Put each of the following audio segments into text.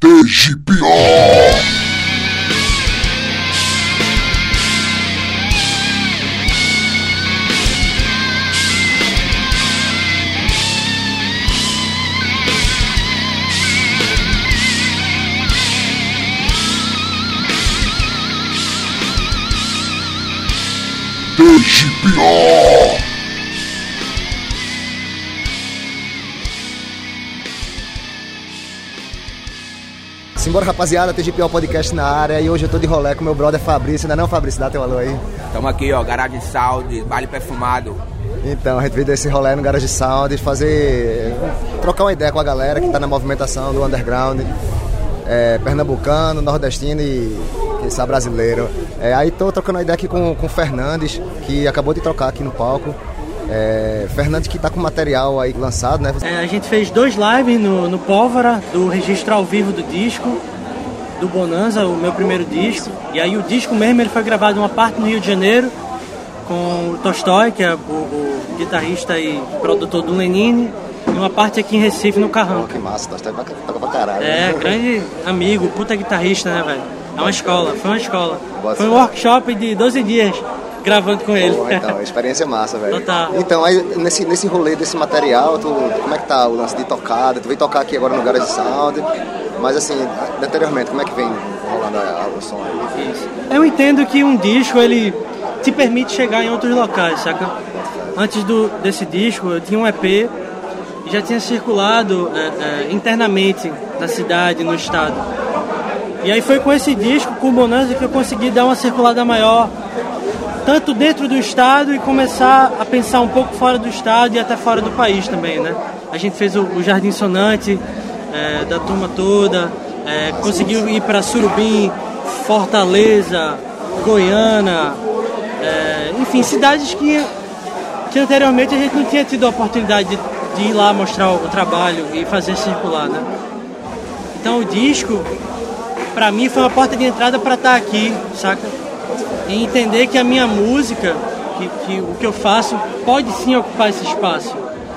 TGPO. TGPO. Simbora, rapaziada, TGPO Podcast na área. E hoje eu tô de rolê com meu brother Fabrício. Ainda não, Fabrício? Dá teu alô aí. Tamo aqui, ó, Garage Sound, baile perfumado. Então, a gente veio desse rolê no Garage Sound trocar uma ideia com a galera que tá na movimentação do underground pernambucano, nordestino e quem sabe brasileiro. Aí tô trocando uma ideia aqui com o Fernandes, que acabou de trocar aqui no palco. Fernandes, que tá com material aí lançado, né? A gente fez 2 lives no Pólvora, do registro ao vivo do disco, do Bonanza, o meu primeiro disco. E aí o disco mesmo ele foi gravado uma parte no Rio de Janeiro, com o Tolstói, que é o guitarrista e produtor do Lenine, e uma parte aqui em Recife, no Carrão. Que massa, Tolstói toca pra caralho. Grande amigo, puta guitarrista, né, velho? É uma escola, foi uma escola. Foi um fé. workshop de 12 dias. Gravando com ele. Então, experiência massa, velho. Total. Então, aí nesse rolê desse material, como é que tá o lance de tocada? Tu veio tocar aqui agora no Garage Sound, mas assim, anteriormente, como é que vem rolando o som aí? Isso. Eu entendo que um disco, ele te permite chegar em outros locais, saca? Antes desse disco, eu tinha um EP e já tinha circulado internamente na cidade, no estado. E aí foi com esse disco, com o Bonanza, que eu consegui dar uma circulada maior, tanto dentro do estado e começar a pensar um pouco fora do estado e até fora do país também, né? A gente fez o Jardim Sonante, da turma toda, conseguiu ir para Surubim, Fortaleza, Goiânia, enfim, cidades que anteriormente a gente não tinha tido a oportunidade de ir lá mostrar o trabalho e fazer circular, né? Então o disco, para mim, foi uma porta de entrada para estar aqui, saca? E entender que a minha música, que o que eu faço, pode sim ocupar esse espaço.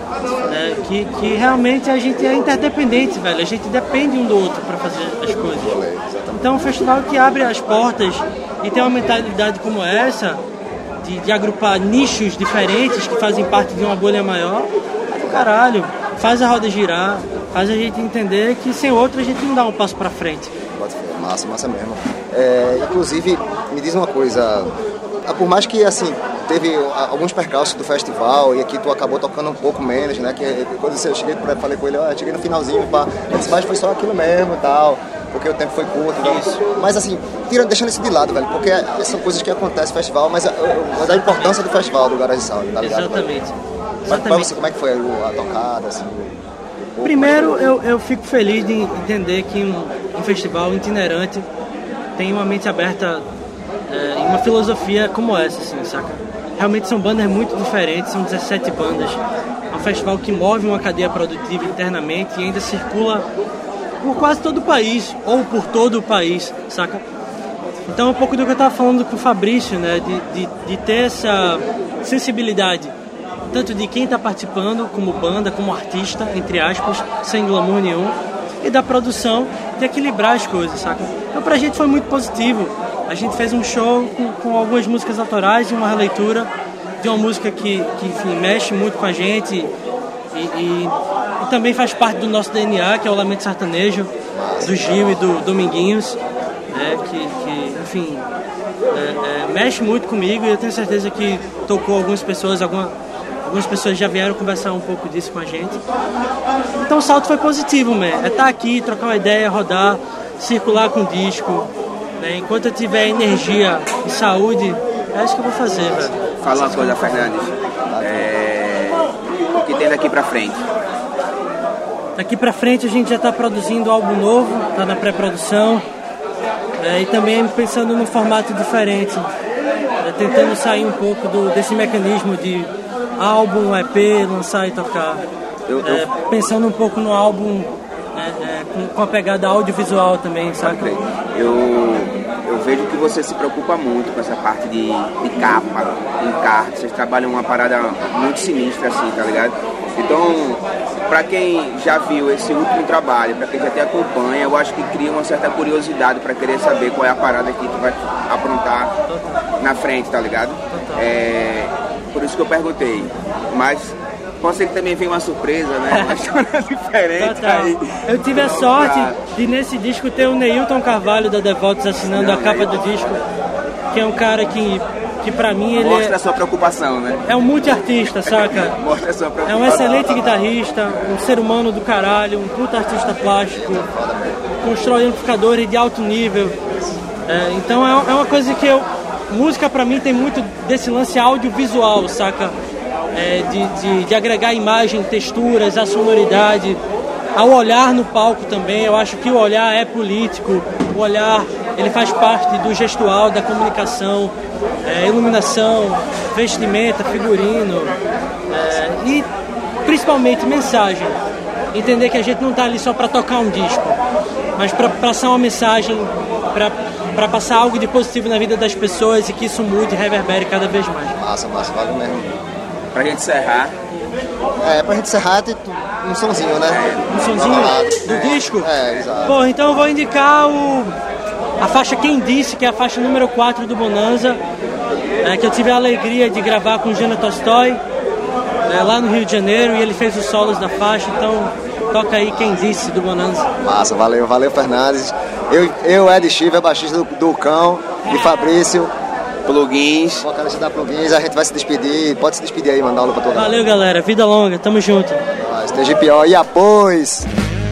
Que realmente a gente é interdependente, velho. A gente depende um do outro para fazer as coisas. Então, um festival que abre as portas e tem uma mentalidade como essa, de agrupar nichos diferentes que fazem parte de uma bolha maior, é do caralho. Faz a roda girar, faz a gente entender que sem outro a gente não dá um passo para frente. Massa mesmo. Inclusive, me diz uma coisa, por mais que assim teve alguns percalços do festival e aqui tu acabou tocando um pouco menos, né? Que quando eu cheguei, falei com ele, cheguei no finalzinho, ele disse, mas foi só aquilo mesmo e tal, porque o tempo foi curto. Isso. Mas assim, deixando isso de lado, velho, porque são coisas que acontecem no festival, mas a importância do festival do Garage Sound, tá ligado? Exatamente. Mas pra você, como é que foi a tocada, assim? Primeiro, eu fico feliz de entender que um festival itinerante tem uma mente aberta em uma filosofia como essa, assim, saca? Realmente são bandas muito diferentes, são 17 bandas. É um festival que move uma cadeia produtiva internamente e ainda circula por quase todo o país, ou por todo o país, saca? Então, um pouco do que eu estava falando com o Fabrício, né? De ter essa sensibilidade, tanto de quem está participando como banda, como artista, entre aspas, sem glamour nenhum, e da produção, de equilibrar as coisas, saca? Então pra gente foi muito positivo. A gente fez um show com algumas músicas autorais e uma releitura de uma música que enfim, mexe muito com a gente e também faz parte do nosso DNA, que é o Lamento Sertanejo, do Gil e do Dominguinhos, que enfim, mexe muito comigo e eu tenho certeza que tocou algumas pessoas, algumas pessoas já vieram conversar um pouco disso com a gente. Então o salto foi positivo, man. Estar aqui, trocar uma ideia, rodar, circular com o disco. Né? Enquanto eu tiver energia e saúde, é isso que eu vou fazer, velho. Fala uma coisa, Fernandes. O que tem daqui pra frente? Daqui pra frente a gente já está produzindo álbum novo, está na pré-produção. E também pensando num formato diferente. Tentando sair um pouco desse mecanismo de álbum, EP, lançar e tocar. Pensando um pouco no álbum com a pegada audiovisual também, sabe? Eu vejo que você se preocupa muito com essa parte de capa, encarte. Vocês trabalham uma parada muito sinistra assim, tá ligado? Então, para quem já viu esse último trabalho, para quem já te acompanha, eu acho que cria uma certa curiosidade para querer saber qual é a parada que tu vai aprontar na frente, tá ligado? Por isso que eu perguntei. Mas pode ser que também venha uma surpresa, né? Uma história diferente aí. Eu tive a sorte de nesse disco ter o Neilton Carvalho da Devotos assinando a capa do disco, que é um cara que pra mim ele mostra a sua preocupação, né? É um multiartista, saca? Mostra a sua preocupação. É um excelente guitarrista, um ser humano do caralho, um puta artista plástico, constrói amplificadores de alto nível. Então é uma coisa que música pra mim tem muito desse lance audiovisual, saca? De agregar imagem, texturas, a sonoridade, ao olhar no palco também. Eu acho que o olhar é político, o olhar ele faz parte do gestual, da comunicação, iluminação, vestimenta, figurino, e principalmente mensagem. Entender que a gente não está ali só para tocar um disco, mas para passar uma mensagem, para passar algo de positivo na vida das pessoas e que isso mude e reverbere cada vez mais. Massa, valeu mesmo. Pra gente encerrar. Pra gente encerrar tem um sonzinho, né? Um sonzinho do disco? Exato. Bom, então eu vou indicar a faixa Quem Disse, que é a faixa número 4 do Bonanza, que eu tive a alegria de gravar com o Jana Tolstói, lá no Rio de Janeiro, e ele fez os solos da faixa, então toca aí Quem Disse do Bonanza. Massa, valeu Fernandes. Eu Ed Chiva, baixista do Cão, e Fabrício, Plugins. vocalista da Plugins. A gente vai se despedir, pode se despedir aí, mandar um alô pra todo mundo. Valeu, galera, vida longa, tamo junto. Esteja pior e após.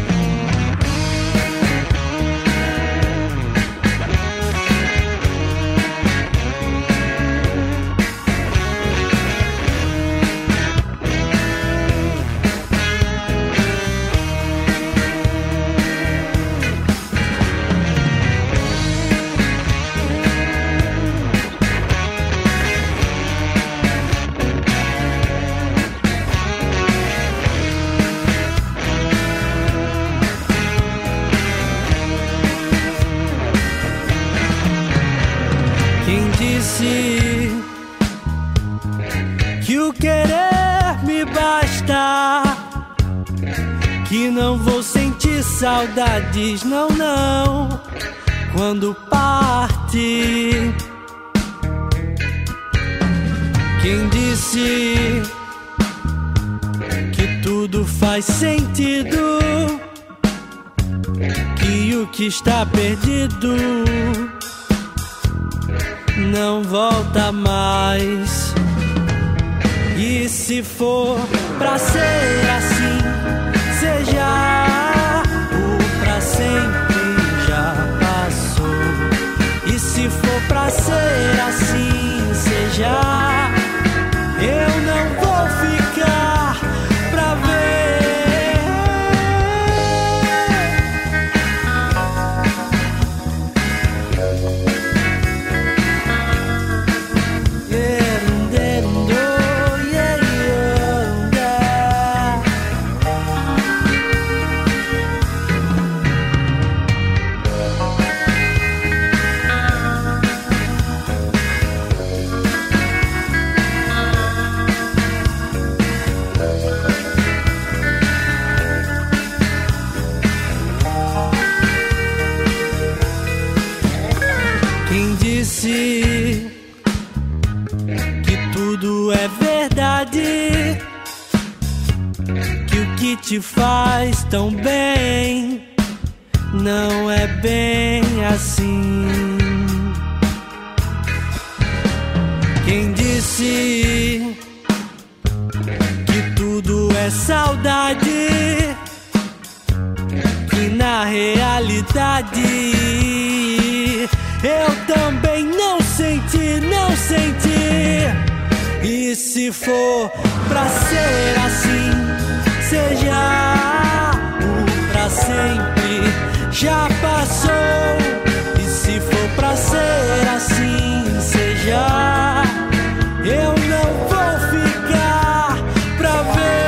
Que o querer me basta, que não vou sentir saudades, não, quando parte. Quem disse que tudo faz sentido, que o que está perdido não volta mais. E se for pra ser assim, seja o pra sempre já passou. E se for pra ser assim, seja, eu não vou ficar pra ver. Quem disse que tudo é verdade, que o que te faz tão bem não é bem assim? Quem disse que tudo é saudade, que na realidade eu também não senti. E se for pra ser assim, seja o pra sempre já passou. E se for pra ser assim, seja, eu não vou ficar pra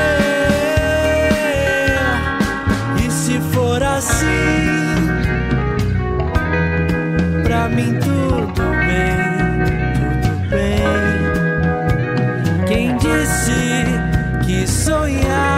ver. E se for assim, pra mim tudo bem. Quem disse que sonhar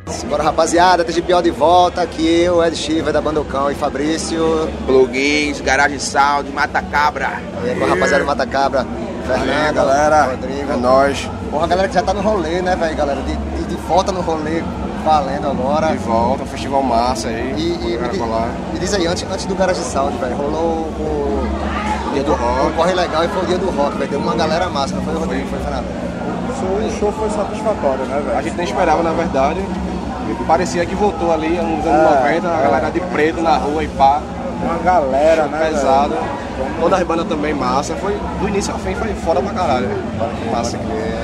Bora, rapaziada, TGPO de volta, aqui eu, Ed Shiva da Bandocão e Fabrício. Plugins, Garage Sound, Mata Cabra. E aí, com a rapaziada do Mata Cabra, Fernando, galera, Rodrigo. é nóis. Porra, a galera que já tá no rolê, né, velho, galera? De volta no rolê, valendo agora. De volta, um festival massa aí. Me diz aí, antes do Garage Sound, velho, rolou o dia do rock. O Corre Legal e foi o dia do rock, velho. Deu uma galera massa, não foi, Rodrigo? Foi, Fernando? O show foi satisfatório, né, velho? A gente nem esperava, na verdade. Parecia que voltou ali nos anos 90, a galera de preto na rua e pá. Uma galera, né? Pesado. Toda a banda também massa. Foi do início ao fim, foi foda pra caralho. Massa.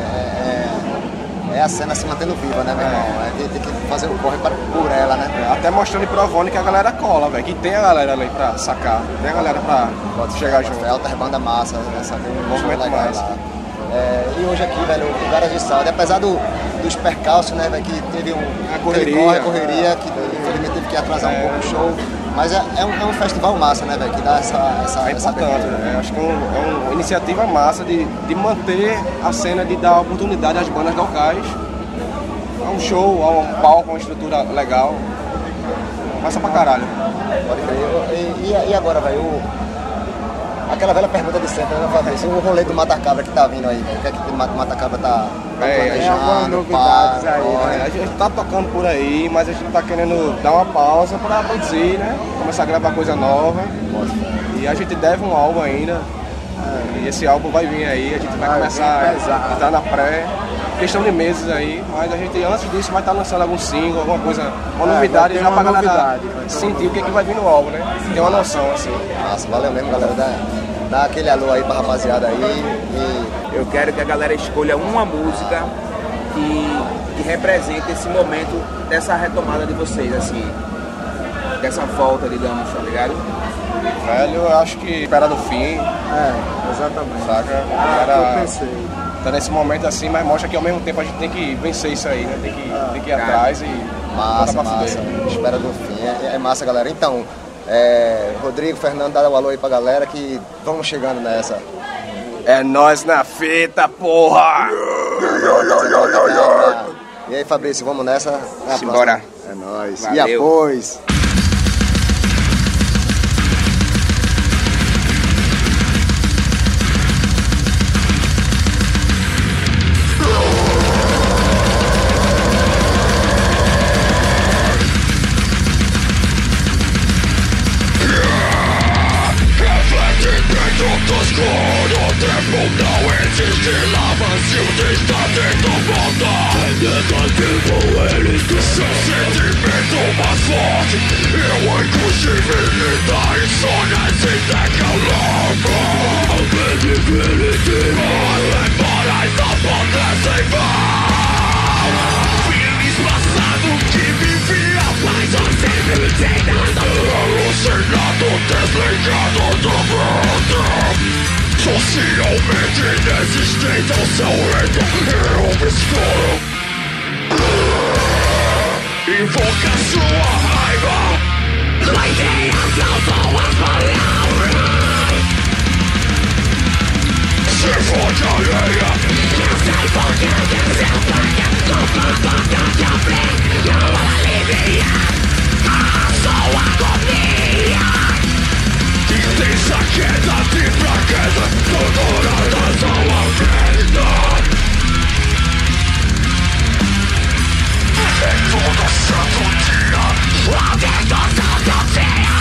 É a cena se mantendo viva, né, meu irmão? Tem que fazer o corre por ela, né? Até mostrando e provando que a galera cola, velho. Que tem a galera ali pra sacar. Tem a galera pra chegar junto. É alta banda massa, essa tem um Muito legal mais. lá. E hoje aqui, velho, o Garage Sound, apesar dos percalços, né, velho, que teve correria, que infelizmente teve que atrasar um pouco o show, mas é um festival massa, né, velho, que dá essa importante, né? Acho que é uma iniciativa massa de manter a cena, de dar oportunidade às bandas locais, a um show, a um palco, uma estrutura legal, massa pra caralho. Pode crer. E agora, velho, aquela velha pergunta de sempre, né, Fabrício? O rolê do Mata Cabra que tá vindo aí, o que é que o Mata Cabra tá planejando? Novidades aí, né? A gente tá tocando por aí, mas a gente tá querendo dar uma pausa pra produzir, né? Começar a gravar coisa nova. E a gente deve um álbum ainda. E esse álbum vai vir aí, a gente vai começar a entrar na pré. Questão de meses aí, mas a gente antes disso vai estar lançando algum single, alguma coisa, uma novidade já pra galera sentir o que vai vir no álbum, né? Ter uma noção assim. Nossa, valeu mesmo, galera. Dá aquele alô aí pra rapaziada aí. Eu quero que a galera escolha uma música que represente esse momento dessa retomada de vocês, assim, dessa volta, digamos, tá ligado? Velho, eu acho que Espera do Fim. Exatamente. Saca? Eu pensei. Tá nesse momento assim, mas mostra que ao mesmo tempo a gente tem que vencer isso aí, né? Tem que ir atrás e... Massa. Espera do Fim. É massa, galera. Então, Rodrigo, Fernando, dá um alô aí pra galera que vamos chegando nessa. É nós na fita, porra! E aí, Fabrício, vamos nessa? Simbora. É nóis. Valeu. E após... Socialmente inexistente ao seu reino, eu me escuro. Invoca sua raiva. Sua ideia são suas palavras. Se fode alheia. Não sei por que eu se apaga. Culpando tanto aflige. Não há alivia. A sua agonia. Intensa queda de fraqueza, dolorosa sua vida. É todo santo dia, alguém do santo dia.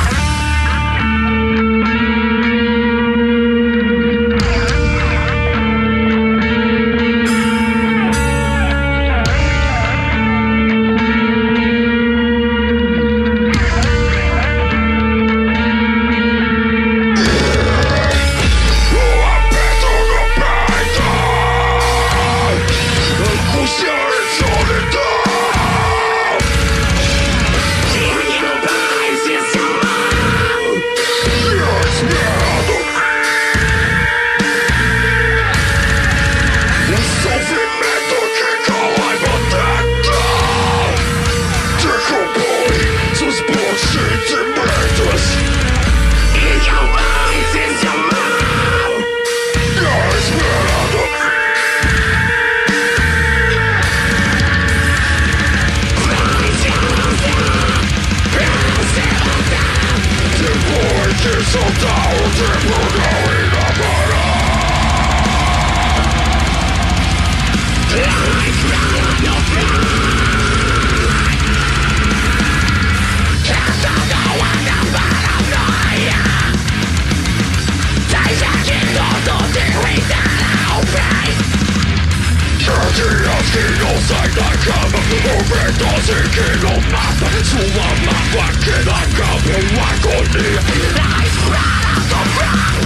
assim que não mata. Sua mágoa que não cabe uma agonia. Na espera do plano.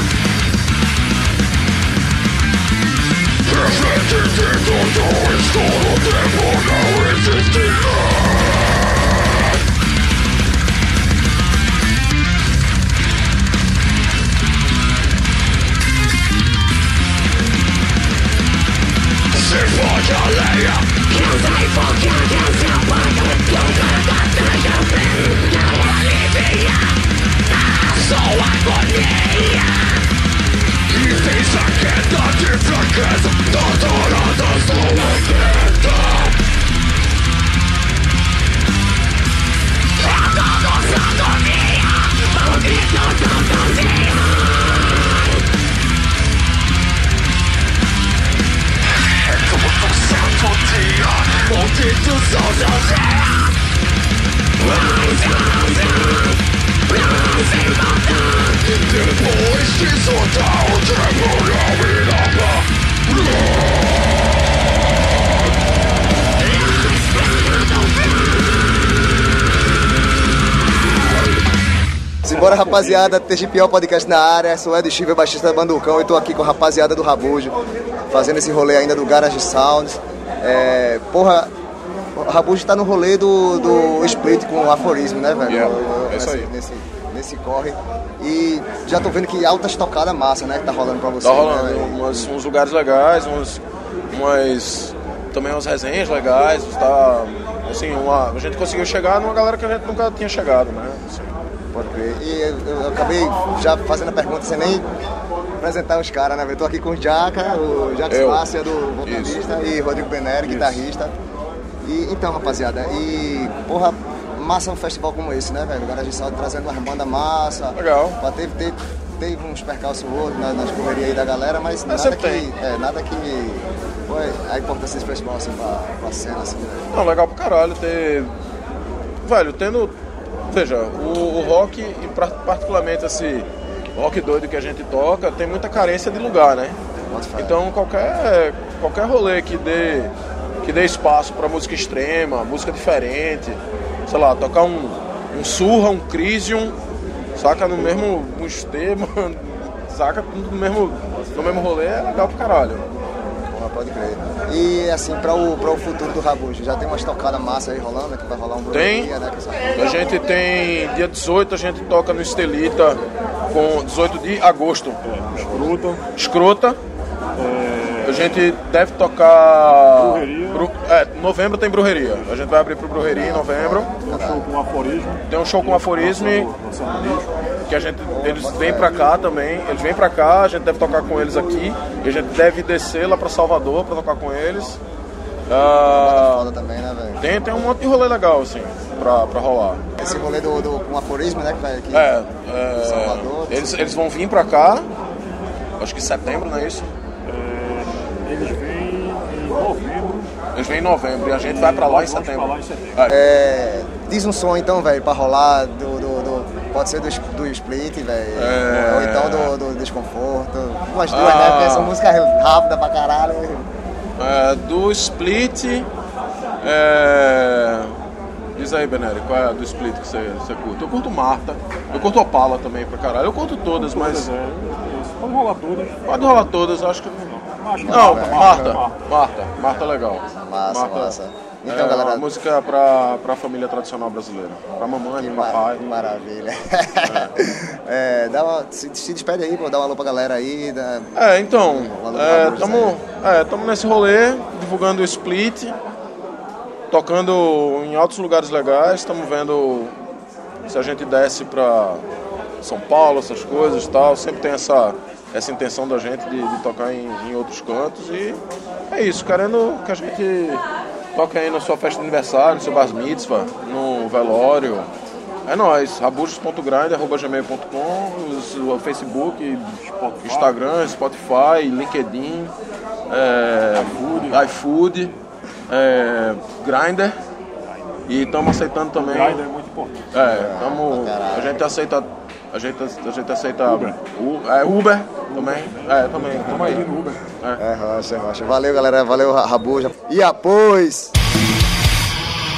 Presente de todo estouro, o tempo não existirá. Se pode a lenha, que eu sei focar, que eu se apaga. Nunca seja bem, não alivia a sua agonia. E fiz a queda de fraqueza, doutorada sua queda. É todos agonia, maldito fantasia. Santo dia, maldito são seus dias. Não sem maldade. Depois de soltar o tempo não irá Simbora, rapaziada, TGPO Podcast na área. Sou Ed Chiver, baixista da Banducão, e tô aqui com a rapaziada do Rabujo, fazendo esse rolê ainda do Garage Sounds. Porra, o Rabujo tá no rolê do Split com o aforismo, né, velho? É isso aí. Nesse corre. E já tô vendo que altas tocadas massa, né, que tá rolando pra você. Tá rolando, né, uns lugares legais, também umas resenhas legais, tá, assim, a gente conseguiu chegar numa galera que a gente nunca tinha chegado, né? Assim. Pode crer. E eu acabei já fazendo a pergunta sem nem apresentar os caras, né, velho? Tô aqui com o Jaca Spácia, do vocalista, e Rodrigo Beneri, guitarrista. E então, rapaziada, porra, massa um festival como esse, né, velho? O Garage Sound trazendo umas bandas massa. Legal. Teve uns percalços outros nas correrias aí da galera, mas nada que foi a importância desse festival, assim, pra cena, assim, velho. Não, legal pra caralho veja, o rock, e particularmente esse rock doido que a gente toca, tem muita carência de lugar, né? Então qualquer rolê que dê espaço pra música extrema, música diferente, sei lá, tocar um Surra, um Crisium, saca, no mesmo tema, saca, no mesmo rolê, é legal pra caralho. Pode crer. E assim, para o futuro do Rabujo, já tem umas tocadas massa aí rolando, que vai rolar um bruxeria, né? A gente tem, dia 18, a gente toca no Estelita, com 18 de agosto. Escrota. A gente deve tocar... novembro tem Brujeria. A gente vai abrir pro Brujeria em novembro. Tem um show com aforismo. Que eles vêm pra cá também. Eles vêm pra cá, a gente deve tocar com eles aqui. E a gente deve descer lá pra Salvador pra tocar com eles. Foda também, né, velho? Tem um monte de rolê legal, assim, pra rolar. Esse rolê com aforismo, né, que vai aqui em Salvador. Eles vão vir pra cá, acho que em setembro, não é isso? Eles vêm em novembro. Eles vêm em novembro e a gente vai pra lá em setembro. Diz um som então, velho, pra rolar pode ser do Split, velho, ou então do Desconforto. Umas duas, né, porque são músicas rápidas pra caralho. Do Split, diz aí, Beneri, qual é a do Split que você curte? Eu curto Marta, eu curto Opala também pra caralho, eu curto todas, mas... Pode rolar todas. Pode rolar todas, acho que... Não, Marta é legal. Massa. Então, galera, uma música pra família tradicional brasileira. Pra mamãe, pro papai. Que maravilha. Se despede aí, pô, dá um alô pra galera aí. Estamos nesse rolê, divulgando o Split, tocando em altos lugares legais. Estamos vendo se a gente desce pra São Paulo, essas coisas e tal. Sempre tem essa intenção da gente de tocar em outros cantos. E é isso, querendo que a gente toque aí na sua festa de aniversário, no seu bar mitzvah, no velório. É nóis, rabujos.grind@gmail.com, o Facebook, Instagram, Spotify, LinkedIn, iFood, Grindr. E estamos aceitando também. Grindr é muito importante. A gente aceita Uber também. Também. Tamo aí no Uber. Rocha. Valeu, galera. Valeu, Rabuja. E após...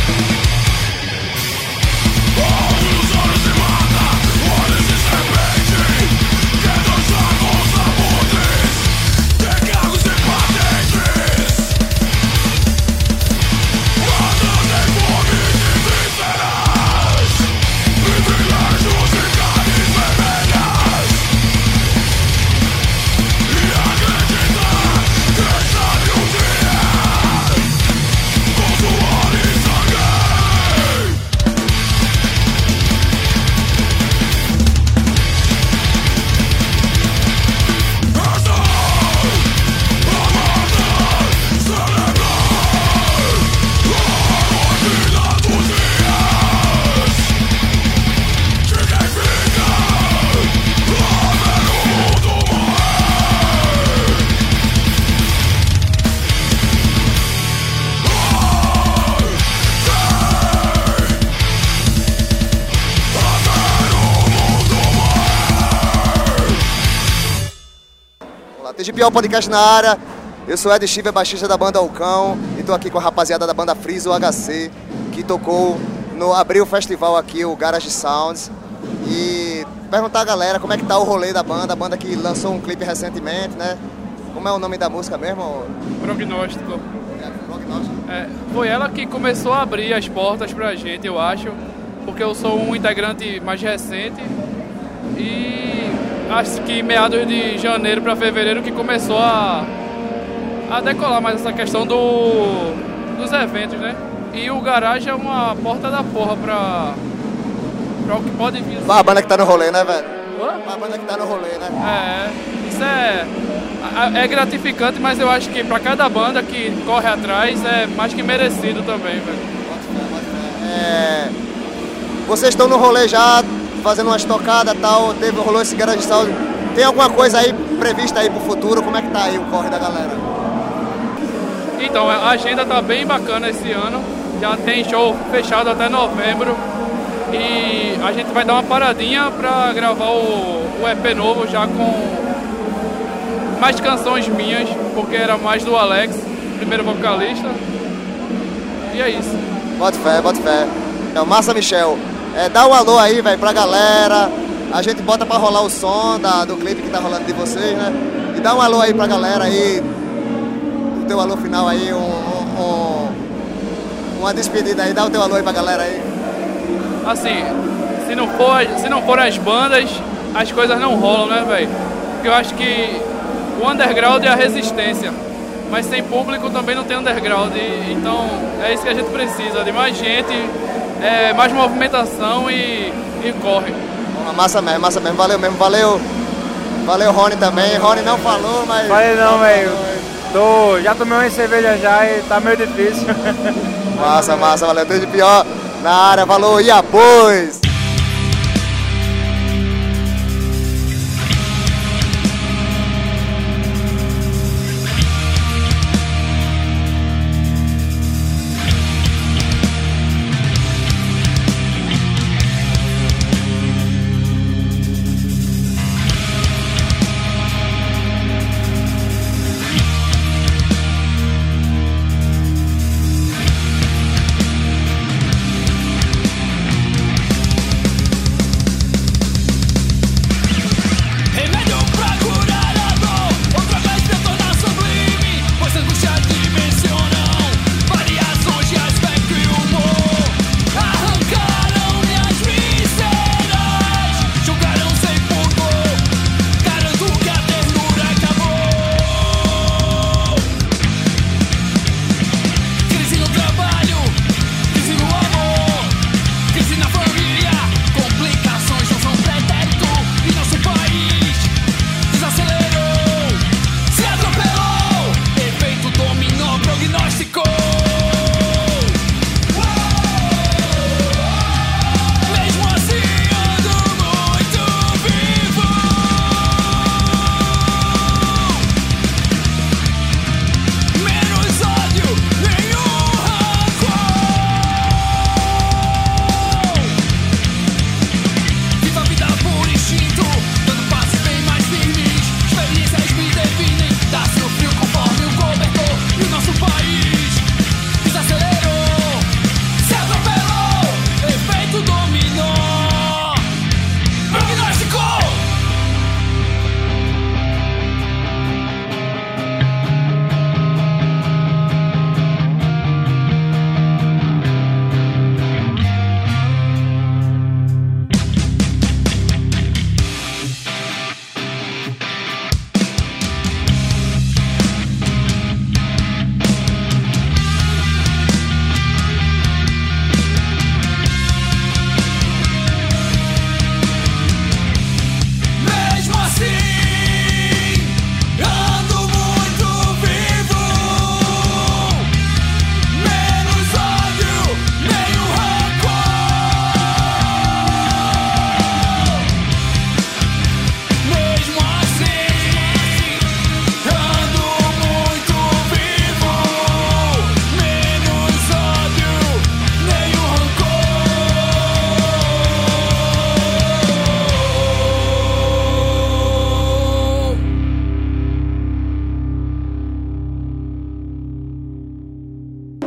TGPO Podcast na área, eu sou Ed Chiver, baixista da banda Alcão, e tô aqui com a rapaziada da banda Freeze, o HC, que tocou no abriu o festival aqui, o Garage Sounds, e perguntar a galera como é que tá o rolê da banda, a banda que lançou um clipe recentemente, né? Como é o nome da música mesmo? Prognóstico. Prognóstico. Foi ela que começou a abrir as portas pra gente, eu acho, porque eu sou um integrante mais recente, e acho que em meados de janeiro para fevereiro que começou a decolar mais essa questão dos eventos, né? E o Garage é uma porta da porra pra o que pode vir. A banda que tá no rolê, né, velho? Hã? A banda que tá no rolê, né? Isso é gratificante, mas eu acho que pra cada banda que corre atrás é mais que merecido também, velho. Vocês estão no rolê já, fazendo umas tocadas e tal, rolou esse Garage Sound. Tem alguma coisa aí prevista aí pro futuro? Como é que tá aí o corre da galera? Então, a agenda tá bem bacana esse ano. Já tem show fechado até novembro. E a gente vai dar uma paradinha pra gravar o EP novo já com mais canções minhas, porque era mais do Alex, primeiro vocalista. E é isso. Bota fé. Então, Massa Michel. Dá um alô aí, velho, pra galera. A gente bota pra rolar o som do clipe que tá rolando de vocês, né? E dá um alô aí pra galera aí. O teu alô final aí, uma despedida aí. Dá o teu alô aí pra galera aí. Assim, se não forem as bandas, as coisas não rolam, né, velho? Porque eu acho que o underground é a resistência. Mas sem público também não tem underground. Então é isso que a gente precisa, de mais gente, mais movimentação e corre. Massa mesmo, valeu mesmo, valeu Rony também, Rony não falou, mas... Falei não, velho, já tomei uma cerveja já e tá meio difícil. Massa, valeu, TGPO na área, falou, e após?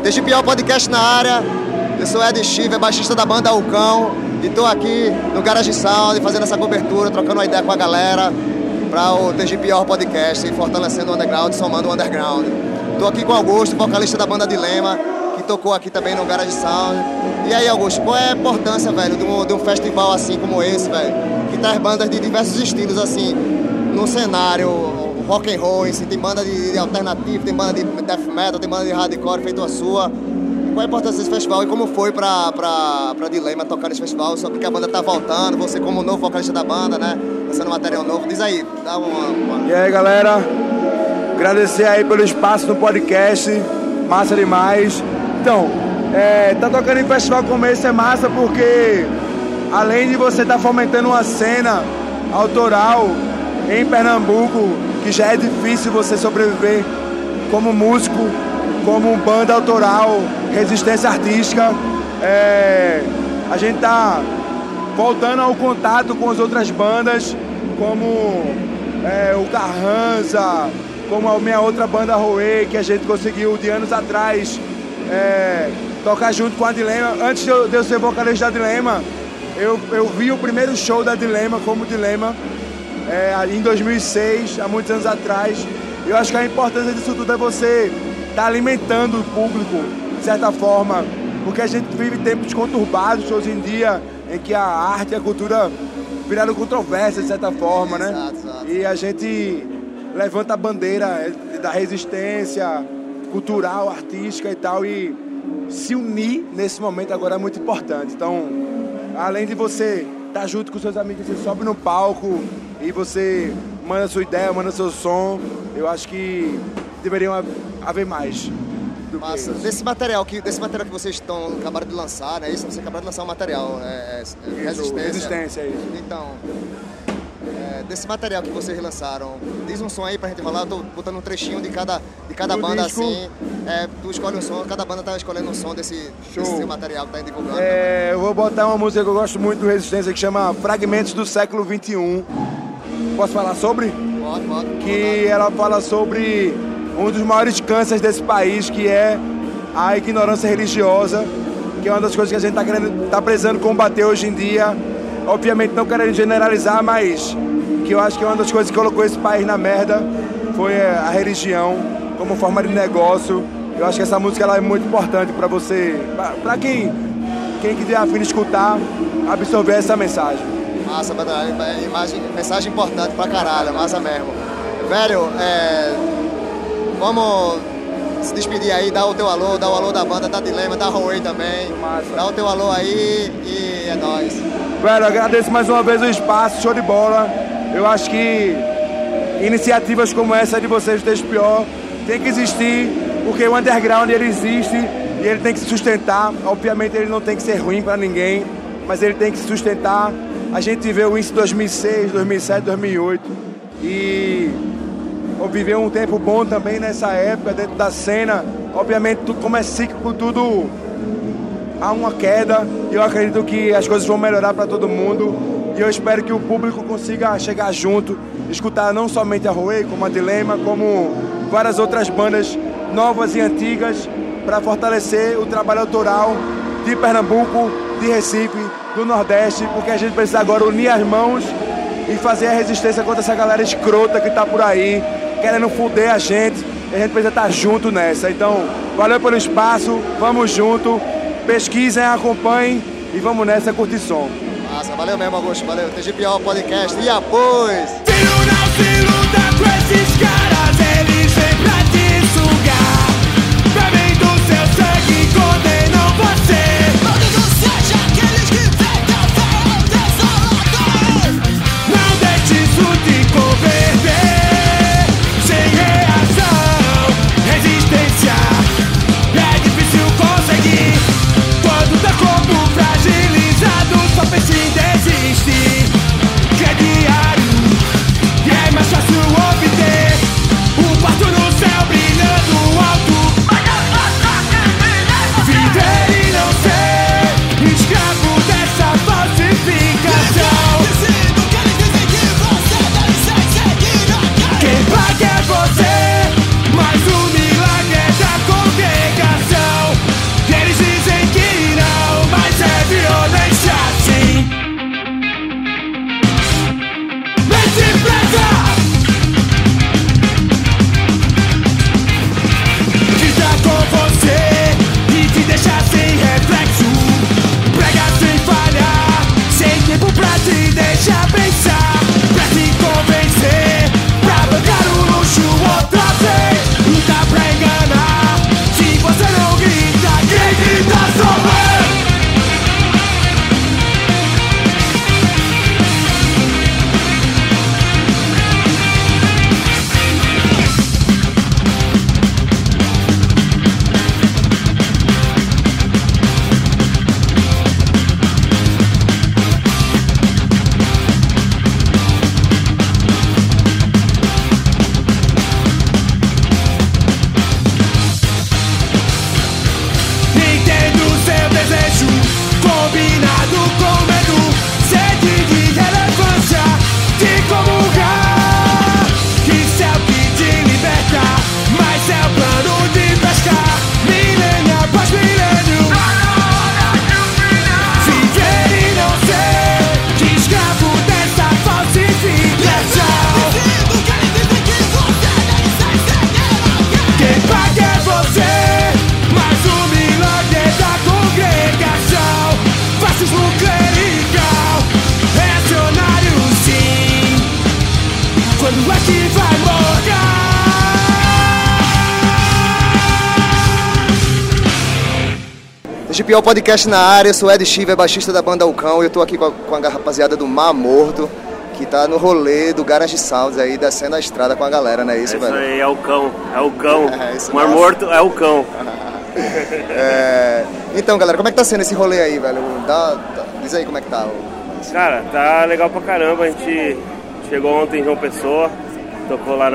TGPO Podcast na área. Eu sou Ed Chiver, baixista da banda Ulcão. E tô aqui no Garage Sound fazendo essa cobertura, trocando uma ideia com a galera para o TGPO Podcast e fortalecendo o underground, somando o underground. Tô aqui com o Augusto, vocalista da banda Dilema, que tocou aqui também no Garage Sound. E aí, Augusto, qual é a importância, velho, de um festival assim como esse, velho, que traz bandas de diversos estilos, assim, no cenário rock and roll, assim, tem banda de alternativo, tem banda de death metal, tem banda de hardcore feito a sua. Qual a importância desse festival e como foi pra Dilema tocar nesse festival? Só porque a banda tá voltando, você como novo vocalista da banda, né? Lançando material novo. Diz aí, dá uma... E aí, galera, agradecer aí pelo espaço no podcast, massa demais. Então, tá tocando em festival como esse é massa porque além de você tá fomentando uma cena autoral em Pernambuco, que já é difícil você sobreviver como músico, como banda autoral, resistência artística, a gente tá voltando ao contato com as outras bandas, como o Carranza, como a minha outra banda Roê, que a gente conseguiu de anos atrás tocar junto com a Dilema. Antes de eu ser vocalista da Dilema, eu vi o primeiro show da Dilema como Dilema em 2006, há muitos anos atrás. Eu acho que a importância disso tudo é você tá alimentando o público, de certa forma, porque a gente vive tempos conturbados hoje em dia, em que a arte e a cultura viraram controvérsia, de certa forma, né? Exato. E a gente levanta a bandeira da resistência cultural, artística e tal, e se unir nesse momento agora é muito importante. Então, além de você estar junto com seus amigos, você sobe no palco e você manda sua ideia, manda seu som, eu acho que deveriam haver mais. Massa. Desse material que vocês acabaram de lançar, né? Isso, você acabaram de lançar um material, Resistência. Resistência, isso. Então, desse material que vocês lançaram, diz um som aí pra gente rolar. Eu tô botando um trechinho de cada banda disco, assim. Tu escolhe um som, cada banda tá escolhendo um som desse seu material que tá divulgando. Eu vou botar uma música que eu gosto muito do Resistência, que chama Fragmentos do Século XXI. Posso falar sobre? Pode. Que ela fala sobre um dos maiores cânceres desse país, que é a ignorância religiosa, que é uma das coisas que a gente tá precisando combater hoje em dia. Obviamente não querendo generalizar, mas que eu acho que uma das coisas que colocou esse país na merda foi a religião como forma de negócio. Eu acho que essa música ela é muito importante para você, para quem quiser a fim de escutar, absorver essa mensagem. Massa, mensagem importante pra caralho, massa mesmo. Velho, vamos se despedir aí, dá o teu alô, dá o alô da banda, da Dilema, da Huawei também. Massa. Dá o teu alô aí e é nóis. Velho, agradeço mais uma vez o espaço, show de bola. Eu acho que iniciativas como essa de vocês do TGPO tem que existir, porque o underground ele existe e ele tem que se sustentar. Obviamente ele não tem que ser ruim pra ninguém, mas ele tem que se sustentar. A gente viveu isso em 2006, 2007, 2008 e viveu um tempo bom também nessa época dentro da cena. Obviamente, como é cíclico, tudo há uma queda e eu acredito que as coisas vão melhorar para todo mundo e eu espero que o público consiga chegar junto, escutar não somente a Huawei, como a Dilema, como várias outras bandas novas e antigas para fortalecer o trabalho autoral de Pernambuco, de Recife, do Nordeste, porque a gente precisa agora unir as mãos e fazer a resistência contra essa galera escrota que tá por aí, querendo foder a gente, e a gente precisa estar junto nessa. Então, valeu pelo espaço, vamos junto, pesquisem, acompanhem e vamos nessa curtir som. Massa, valeu mesmo, Augusto, valeu. TGPO Podcast e após! Tiro não se luta com esses caras, eles vêm pra te sugar, bebem do seu sangue e condenam você. Malditos sejam aqueles que vêm causar desolação. Não deixe isso te converter, sem reação, resistência. É difícil conseguir, quando tá corpo fragilizado, só pense em desistir. Que é diário, e é mais fácil obter o TGPO Podcast na área, eu sou Ed Chiver, baixista da banda O Cão, e eu tô aqui com a rapaziada do Mar Morto, que tá no rolê do Garage Sounds aí, descendo a estrada com a galera, não é isso, velho? Isso aí, é o cão. Isso Mar mesmo. Morto é o cão. Então, galera, como é que tá sendo esse rolê aí, velho? Diz aí como é que tá. Cara, tá legal pra caramba. A gente chegou ontem em João Pessoa, tocou lá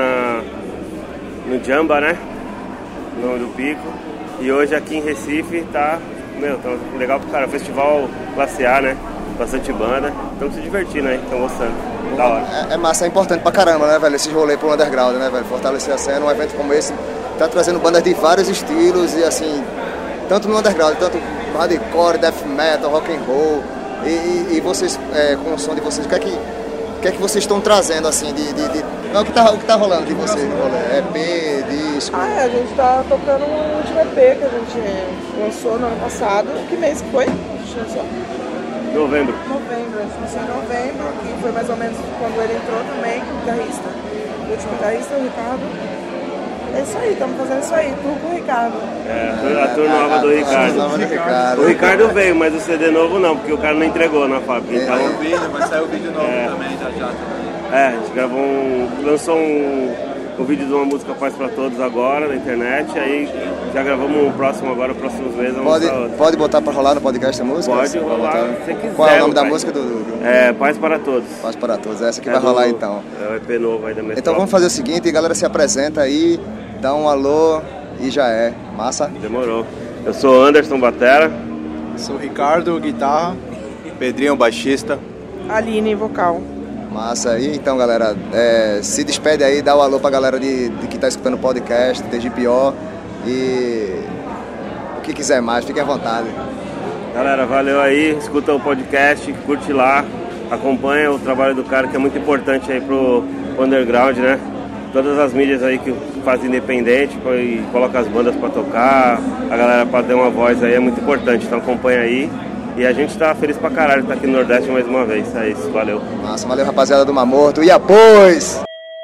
no Jamba, né? No do Pico. E hoje aqui em Recife tá legal pra caramba. Festival Classe A, né? Bastante banda. Estamos se divertindo aí, estão gostando. Da hora. É massa, é importante pra caramba, né, velho? Esse rolê pro underground, né, velho? Fortalecer a cena, um evento como esse tá trazendo bandas de vários estilos e assim, tanto no underground, tanto hardcore, death metal, rock and roll. E vocês, com o som de vocês, o que é que vocês estão trazendo, assim, o que tá rolando de vocês no rolê? EP, disco? A gente tá tocando um último EP que a gente lançou no ano passado. Que mês que foi? A gente lançou? Novembro. A gente lançou em novembro, que foi mais ou menos quando ele entrou também, o guitarrista. O último guitarrista, o Ricardo. É isso aí, estamos fazendo isso aí, tudo com o Ricardo. A tour nova do Ricardo. O Ricardo veio, mas o CD novo não, porque o cara não entregou na fábrica. Então, Vai sair o vídeo novo também, já. A gente gravou lançou o vídeo de uma música Paz pra Todos agora na internet, aí já gravamos um próximo agora, próximos meses vamos lançar outro. Pode botar pra rolar no podcast a música? Pode rolar, se quiser. Qual é o nome da música Paz para Todos. Paz para Todos, essa que vai rolar então. É o EP novo aí da minha Então vamos fazer o seguinte, galera, se apresenta aí, dá um alô e já é. Massa? Demorou. Eu sou Anderson Batera. Sou Ricardo, guitarra. Pedrinho, baixista. Aline, vocal. Massa. E então, galera, se despede aí, dá um alô pra galera de que tá escutando o podcast, TGPO, e o que quiser mais, fiquem à vontade. Galera, valeu aí, escuta o podcast, curte lá, acompanha o trabalho do cara, que é muito importante aí pro underground, né? Todas as mídias aí que fazem independente e coloca as bandas pra tocar, a galera pra dar uma voz aí é muito importante, então acompanha aí. E a gente tá feliz pra caralho de estar aqui no Nordeste mais uma vez, é isso, valeu. Massa, valeu rapaziada do Mar Morto, e após!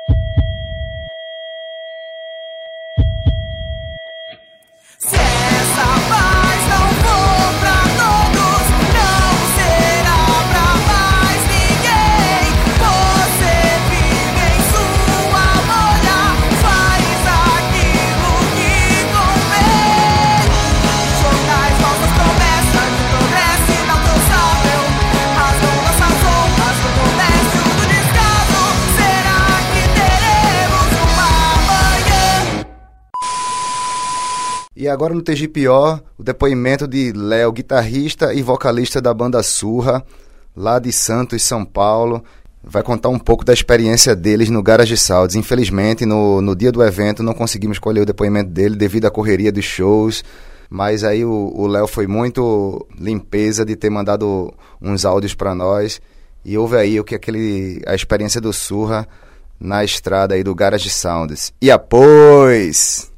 E agora no TGPO, o depoimento de Léo, guitarrista e vocalista da banda Surra, lá de Santos, São Paulo. Vai contar um pouco da experiência deles no Garage Sounds. Infelizmente, no dia do evento, não conseguimos colher o depoimento dele devido à correria dos shows. Mas aí o Léo foi muito limpeza de ter mandado uns áudios para nós. E ouve aí a experiência do Surra na estrada aí do Garage Sounds. E após...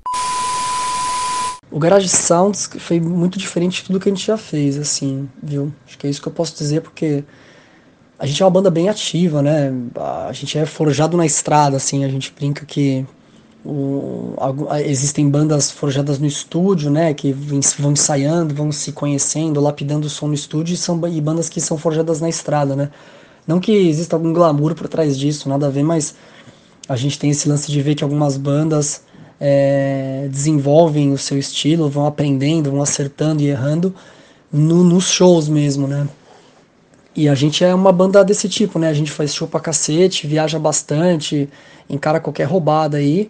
O Garage Sounds foi muito diferente de tudo que a gente já fez, assim, viu? Acho que é isso que eu posso dizer, porque a gente é uma banda bem ativa, né? A gente é forjado na estrada, assim, a gente brinca que existem bandas forjadas no estúdio, né? Que vão ensaiando, vão se conhecendo, lapidando o som no estúdio, e bandas que são forjadas na estrada, né? Não que exista algum glamour por trás disso, nada a ver, mas a gente tem esse lance de ver que algumas bandas... desenvolvem o seu estilo, vão aprendendo, vão acertando e errando nos shows mesmo, né? E a gente é uma banda desse tipo, né? A gente faz show pra cacete, viaja bastante, encara qualquer roubada aí.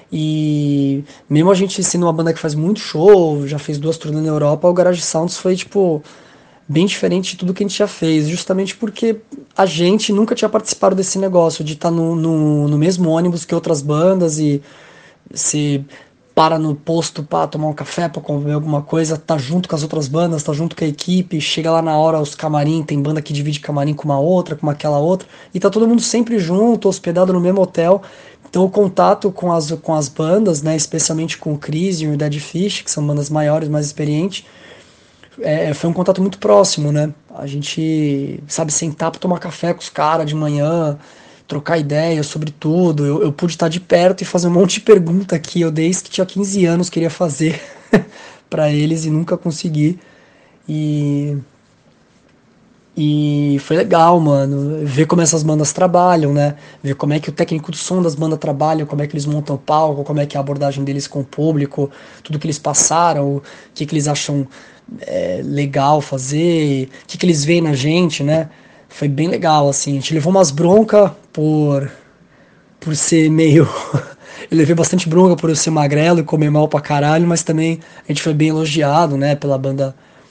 E mesmo a gente sendo uma banda que faz muito show, já fez 2 turnês na Europa, o Garage Sounds foi, tipo, bem diferente de tudo que a gente já fez, justamente porque a gente nunca tinha participado desse negócio de estar no mesmo ônibus que outras bandas e se para no posto para tomar um café, para comer alguma coisa, tá junto com as outras bandas, tá junto com a equipe, chega lá na hora os camarim, tem banda que divide camarim com uma outra, com aquela outra, e tá todo mundo sempre junto, hospedado no mesmo hotel. Então o contato com as bandas, né, especialmente com o Crisium e o Dead Fish, que são bandas maiores, mais experientes, foi um contato muito próximo, né? A gente, sabe, sentar para tomar café com os caras de manhã, trocar ideias sobre tudo. Eu pude estar de perto e fazer um monte de pergunta que eu desde que tinha 15 anos queria fazer para eles e nunca consegui. E foi legal, mano, ver como essas bandas trabalham, né? Ver como é que o técnico do som das bandas trabalha, como é que eles montam o palco, como é que é a abordagem deles com o público, tudo que eles passaram, o que eles acham legal fazer, o que eles veem na gente, né? Foi bem legal, assim. A gente levou umas broncas por ser meio... Eu levei bastante bronca por eu ser magrelo e comer mal pra caralho, mas também a gente foi bem elogiado, né, pela banda...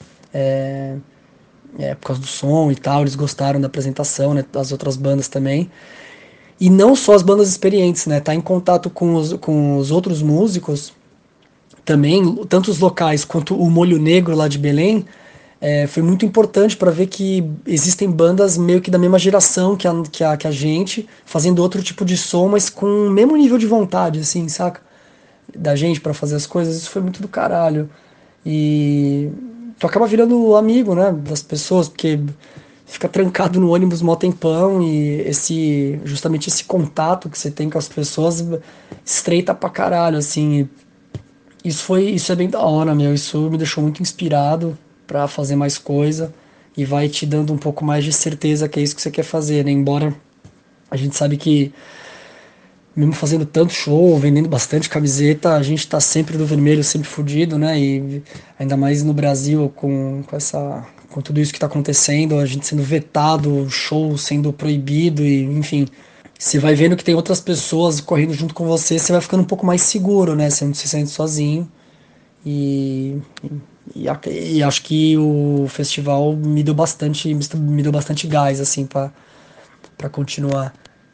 por causa do som e tal, eles gostaram da apresentação, né, das outras bandas também. E não só as bandas experientes, né, tá em contato com os outros músicos também, tanto os locais quanto o Molho Negro lá de Belém, foi muito importante para ver que existem bandas meio que da mesma geração que a gente, fazendo outro tipo de som, mas com o mesmo nível de vontade, assim, saca? Da gente para fazer as coisas, isso foi muito do caralho. E tu acaba virando amigo, né, das pessoas, porque fica trancado no ônibus mó tempão e justamente esse contato que você tem com as pessoas estreita pra caralho, assim. Isso é bem da hora, meu, isso me deixou muito inspirado pra fazer mais coisa e vai te dando um pouco mais de certeza que é isso que você quer fazer, né, embora a gente sabe que mesmo fazendo tanto show, vendendo bastante camiseta, a gente tá sempre do vermelho, sempre fudido, né? E ainda mais no Brasil, com tudo isso que tá acontecendo, a gente sendo vetado, o show sendo proibido, e enfim. Você vai vendo que tem outras pessoas correndo junto com você, você vai ficando um pouco mais seguro, né? Você não se sente sozinho. E acho que o festival me deu bastante gás, assim, pra continuar.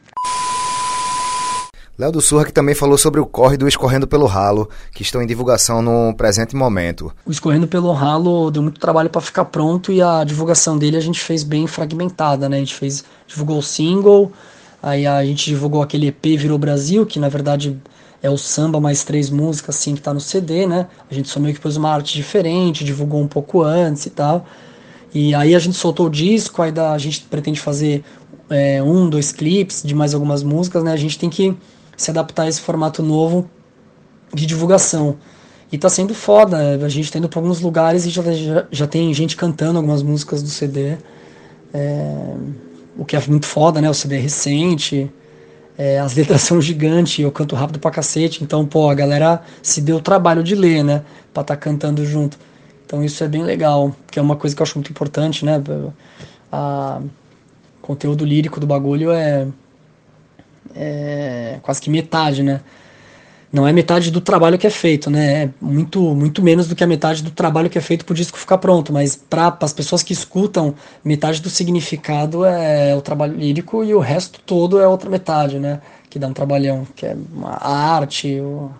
Léo do Surra, que também falou sobre o corre do Escorrendo pelo Ralo, que estão em divulgação no presente momento. O Escorrendo pelo Ralo deu muito trabalho para ficar pronto e a divulgação dele a gente fez bem fragmentada, né? A gente divulgou o single, aí a gente divulgou aquele EP Virou Brasil, que na verdade é o samba mais 3 músicas assim que tá no CD, né? A gente só meio que pôs uma arte diferente, divulgou um pouco antes e tal. E aí a gente soltou o disco, aí a gente pretende fazer 2 clipes de mais algumas músicas, né? A gente tem que se adaptar a esse formato novo de divulgação. E tá sendo foda, a gente tá indo pra alguns lugares e já tem gente cantando algumas músicas do CD, o que é muito foda, né? O CD é recente, as letras são gigantes, eu canto rápido pra cacete, então, pô, a galera se deu o trabalho de ler, né? Pra tá cantando junto. Então isso é bem legal, que é uma coisa que eu acho muito importante, né? O conteúdo lírico do bagulho é quase que metade, né? Não é metade do trabalho que é feito, né? É muito menos do que a metade do trabalho que é feito pro disco ficar pronto, mas para as pessoas que escutam, metade do significado é o trabalho lírico e o resto todo é outra metade, né? Que dá um trabalhão, que é a arte,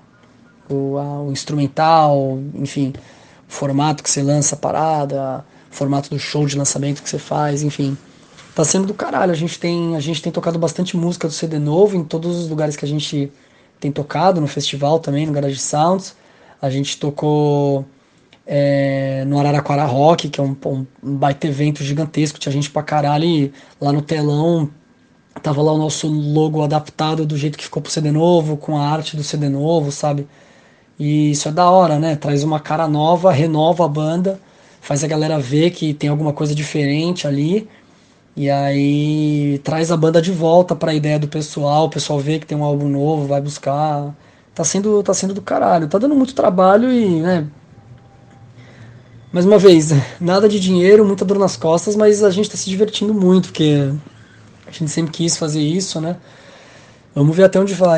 o instrumental, enfim, o formato que você lança a parada, o formato do show de lançamento que você faz, enfim. Tá sendo do caralho, a gente tem tocado bastante música do CD novo em todos os lugares que a gente tem tocado, no festival também, no Garage Sounds. A gente tocou no Araraquara Rock, que é um baita evento gigantesco, tinha gente pra caralho, e lá no telão tava lá o nosso logo adaptado do jeito que ficou pro CD novo, com a arte do CD novo, sabe? E isso é da hora, né? Traz uma cara nova, renova a banda, faz a galera ver que tem alguma coisa diferente ali. E aí traz a banda de volta pra ideia do pessoal, o pessoal vê que tem um álbum novo, vai buscar. Tá sendo do caralho, tá dando muito trabalho e, né, mais uma vez, nada de dinheiro, muita dor nas costas, mas a gente tá se divertindo muito, porque a gente sempre quis fazer isso, né? Vamos ver até onde vai.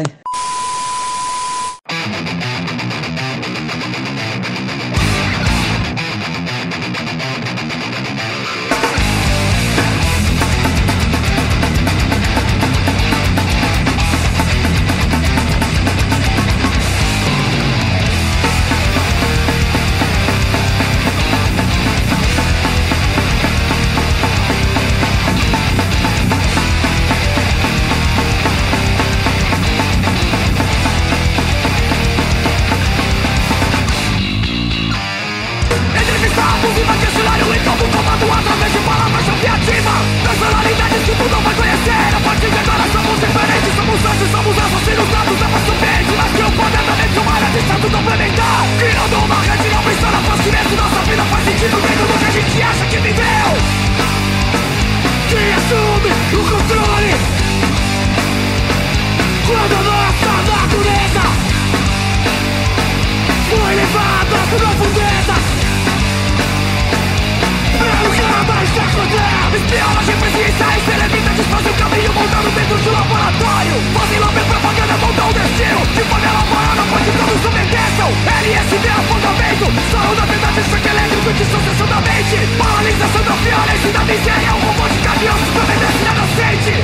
mente. Polarização da violência da miséria. Um robô de caminhão se prometendo inocente.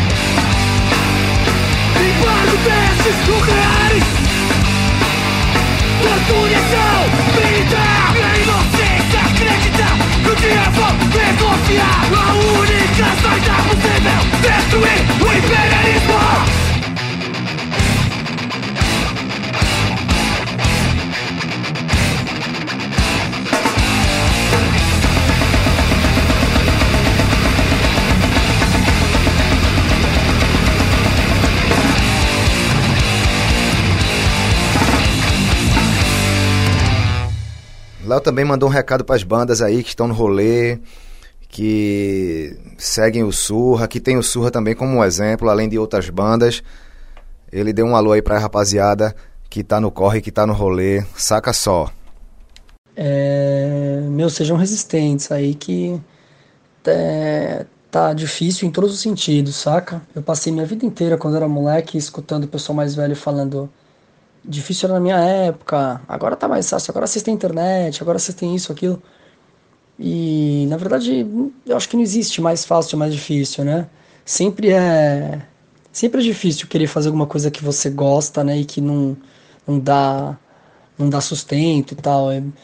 Limpando testes nucleares. Torturação, vida. Minha inocência acredita que um dia vou negociar. A única saída possível, destruir o imperialismo. Léo também mandou um recado para as bandas aí que estão no rolê, que seguem o Surra, que tem o Surra também como um exemplo, além de outras bandas. Ele deu um alô aí pra rapaziada que tá no corre, que tá no rolê, saca só. Sejam resistentes aí que tá difícil em todos os sentidos, saca? Eu passei minha vida inteira, quando era moleque, escutando o pessoal mais velho falando: difícil era na minha época, agora tá mais fácil, agora vocês têm internet, agora vocês têm isso, aquilo. E, na verdade, eu acho que não existe mais fácil ou mais difícil, né? Sempre é difícil querer fazer alguma coisa que você gosta, né? E que não dá sustento e tal.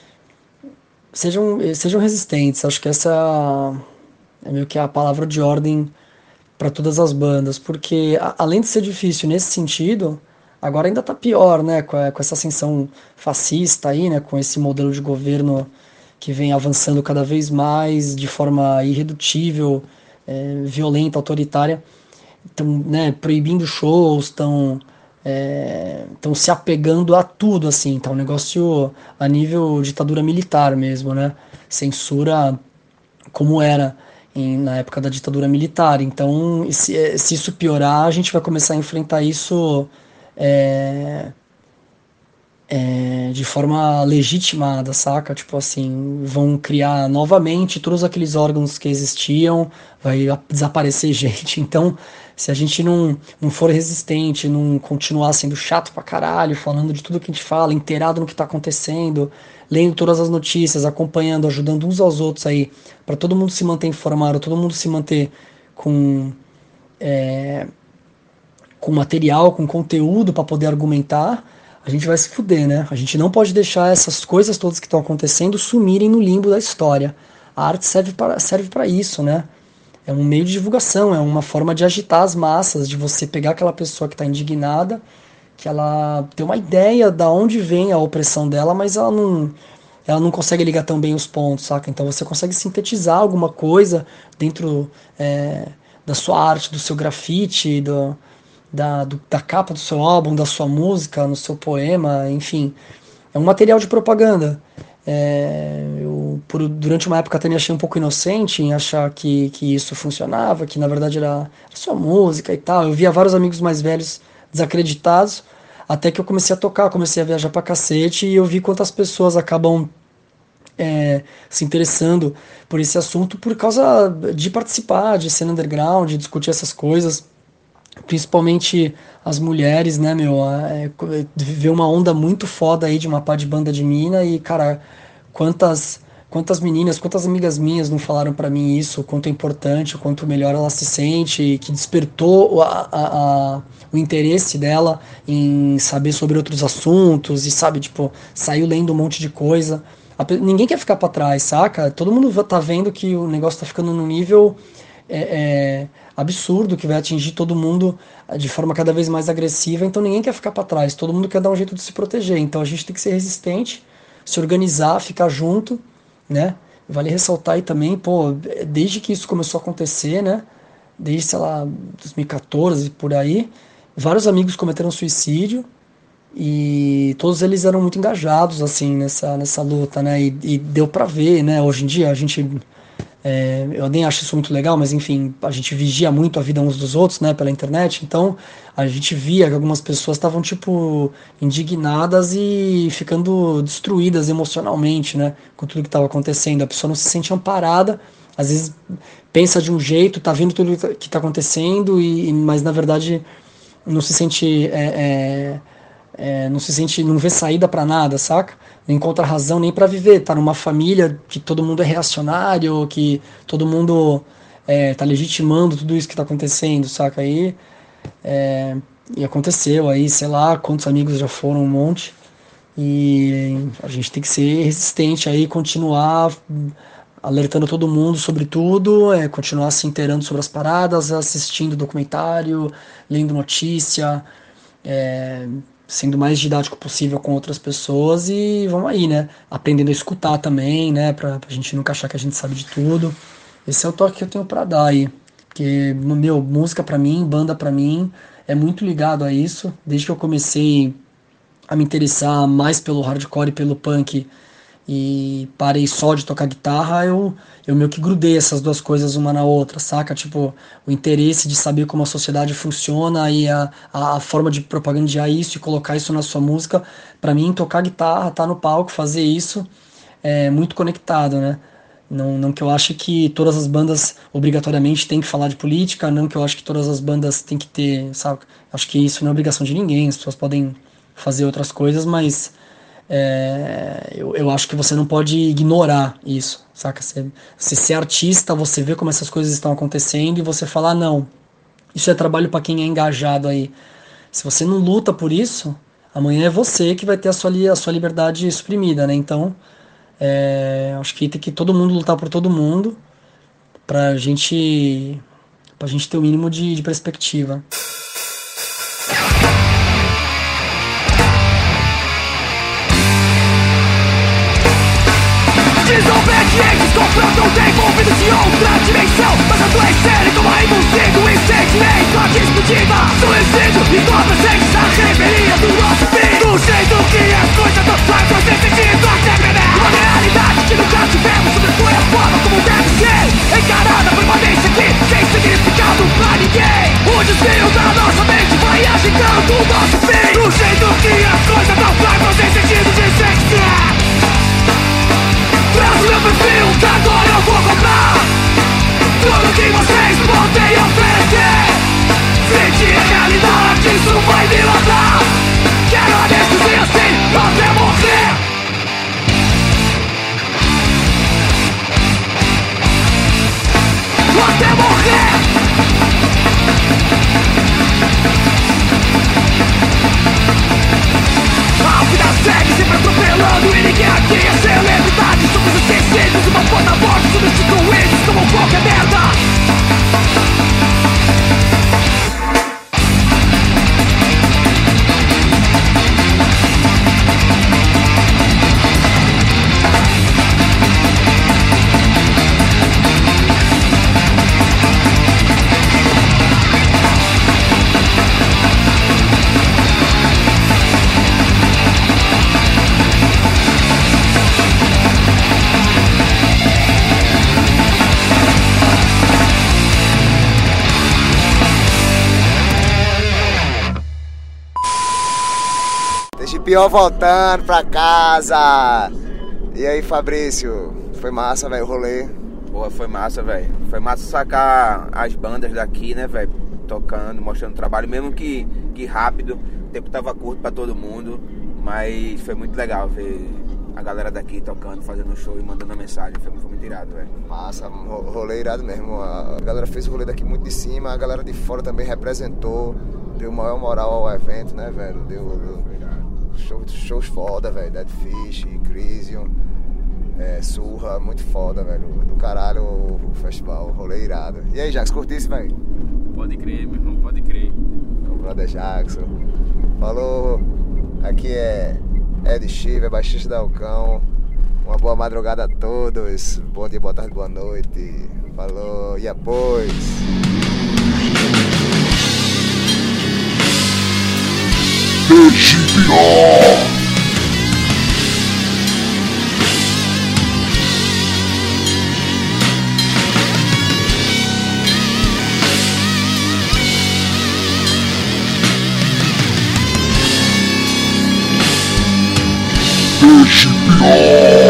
Sejam resistentes, acho que essa é meio que a palavra de ordem para todas as bandas, porque além de ser difícil nesse sentido, agora ainda tá pior, né, com essa ascensão fascista aí, né, com esse modelo de governo que vem avançando cada vez mais de forma irredutível, violenta, autoritária. Estão, né, proibindo shows, estão se apegando a tudo, assim, tá um negócio a nível ditadura militar mesmo, né, censura como era na época da ditadura militar. Então, se isso piorar, a gente vai começar a enfrentar isso de forma legitimada, saca? Tipo assim, vão criar novamente todos aqueles órgãos que existiam, vai desaparecer gente. Então, se a gente não for resistente, não continuar sendo chato pra caralho, falando de tudo que a gente fala, inteirado no que tá acontecendo, lendo todas as notícias, acompanhando, ajudando uns aos outros aí, pra todo mundo se manter informado, todo mundo se manter com material, com conteúdo para poder argumentar, a gente vai se fuder, né? A gente não pode deixar essas coisas todas que estão acontecendo sumirem no limbo da história. A arte serve para isso, né? É um meio de divulgação, é uma forma de agitar as massas, de você pegar aquela pessoa que está indignada, que ela tem uma ideia de onde vem a opressão dela, mas ela não consegue ligar tão bem os pontos, saca? Então você consegue sintetizar alguma coisa dentro da sua arte, do seu grafite, da capa do seu álbum, da sua música, no seu poema, enfim. É um material de propaganda. Durante uma época até me achei um pouco inocente em achar que isso funcionava, que na verdade era só música e tal. Eu via vários amigos mais velhos desacreditados, até que eu comecei a tocar, comecei a viajar pra cacete e eu vi quantas pessoas acabam se interessando por esse assunto por causa de participar, de ser underground, de discutir essas coisas. Principalmente as mulheres, né, meu? Ver uma onda muito foda aí de uma pá de banda de mina e, cara, quantas meninas, quantas amigas minhas não falaram pra mim isso, o quanto é importante, o quanto melhor ela se sente, que despertou o interesse dela em saber sobre outros assuntos e, sabe, tipo, saiu lendo um monte de coisa. Ninguém quer ficar pra trás, saca? Todo mundo tá vendo que o negócio tá ficando num nível absurdo, que vai atingir todo mundo de forma cada vez mais agressiva, então ninguém quer ficar para trás, todo mundo quer dar um jeito de se proteger, então a gente tem que ser resistente, se organizar, ficar junto, né? Vale ressaltar aí também, pô, desde que isso começou a acontecer, né, desde, sei lá, 2014, por aí, vários amigos cometeram suicídio e todos eles eram muito engajados, assim, nessa luta, né, e deu pra ver, né, hoje em dia a gente... eu nem acho isso muito legal, mas enfim, a gente vigia muito a vida uns dos outros, né, pela internet, então a gente via que algumas pessoas estavam, tipo, indignadas e ficando destruídas emocionalmente, né, com tudo que estava acontecendo. A pessoa não se sente amparada, às vezes pensa de um jeito, tá vendo tudo que está acontecendo, mas na verdade não se sente não se sente, não vê saída pra nada, saca? Não encontra razão nem pra viver, tá numa família que todo mundo é reacionário, que todo mundo tá legitimando tudo isso que tá acontecendo, saca? Aí, e aconteceu aí, sei lá, quantos amigos já foram, um monte, e a gente tem que ser resistente aí, continuar alertando todo mundo sobre tudo, continuar se inteirando sobre as paradas, assistindo documentário, lendo notícia, sendo o mais didático possível com outras pessoas e vamos aí, né? Aprendendo a escutar também, né? Pra gente nunca achar que a gente sabe de tudo. Esse é o toque que eu tenho pra dar aí. Porque, música pra mim, banda pra mim, é muito ligado a isso. Desde que eu comecei a me interessar mais pelo hardcore e pelo punk e parei só de tocar guitarra, eu meio que grudei essas duas coisas uma na outra, saca? Tipo, o interesse de saber como a sociedade funciona e a forma de propagandear isso e colocar isso na sua música, pra mim, tocar guitarra, tá no palco, fazer isso, é muito conectado, né? Não que eu ache que todas as bandas obrigatoriamente têm que falar de política, não que eu acho que todas as bandas têm que ter, sabe? Acho que isso não é obrigação de ninguém, as pessoas podem fazer outras coisas, mas eu acho que você não pode ignorar isso, saca? Você ser artista, você vê como essas coisas estão acontecendo e você falar, não, isso é trabalho para quem é engajado aí. Se você não luta por isso, amanhã é você que vai ter a sua liberdade suprimida, né? Então, acho que tem que todo mundo lutar por todo mundo pra gente ter o mínimo de perspectiva. Desobedientes confrontam desenvolvidos de outra dimensão, mas adoecerem como a imbuzido em sentimento. A despedida, suicídio e contra a revelia do nosso fim. Do jeito que as coisas não fazem fazer sentido até beber. Uma realidade que nunca tivemos sobre a forma como deve ser encarada, permanece aqui sem significado pra ninguém. O desvio da nossa mente vai agitando o nosso fim. Do jeito que as coisas não fazem fazer sentido de ser. Traz o meu perfil, que agora eu vou comprar tudo que vocês podem oferecer. Sentir a realidade, isso vai me matar. Quero anestesia assim, até morrer. Até morrer. A vida segue sempre atropelando e ninguém aqui é celebridade. Somos esquecidos, uma porta-voz substituídos como qualquer merda. Pior voltando pra casa. E aí, Fabrício? Foi massa, velho, o rolê? Porra, foi massa, velho. Foi massa sacar as bandas daqui, né, velho? Tocando, mostrando trabalho, mesmo que rápido. O tempo tava curto pra todo mundo. Mas foi muito legal ver a galera daqui tocando, fazendo show e mandando mensagem. Foi muito irado, velho. Massa, rolê irado mesmo. A galera fez o rolê daqui muito de cima. A galera de fora também representou. Deu maior moral ao evento, né, velho? Deu shows foda, velho. Dead Fish, Crisium, Surra, muito foda, velho. Do caralho o festival, rolê irado. E aí, Jackson, curtisse, velho? Pode crer, meu irmão, pode crer. O brother Jackson. Falou, aqui é Ed Chiva, baixista da Alcão. Uma boa madrugada a todos. Bom dia, boa tarde, boa noite. Falou, e após. Deixe pior.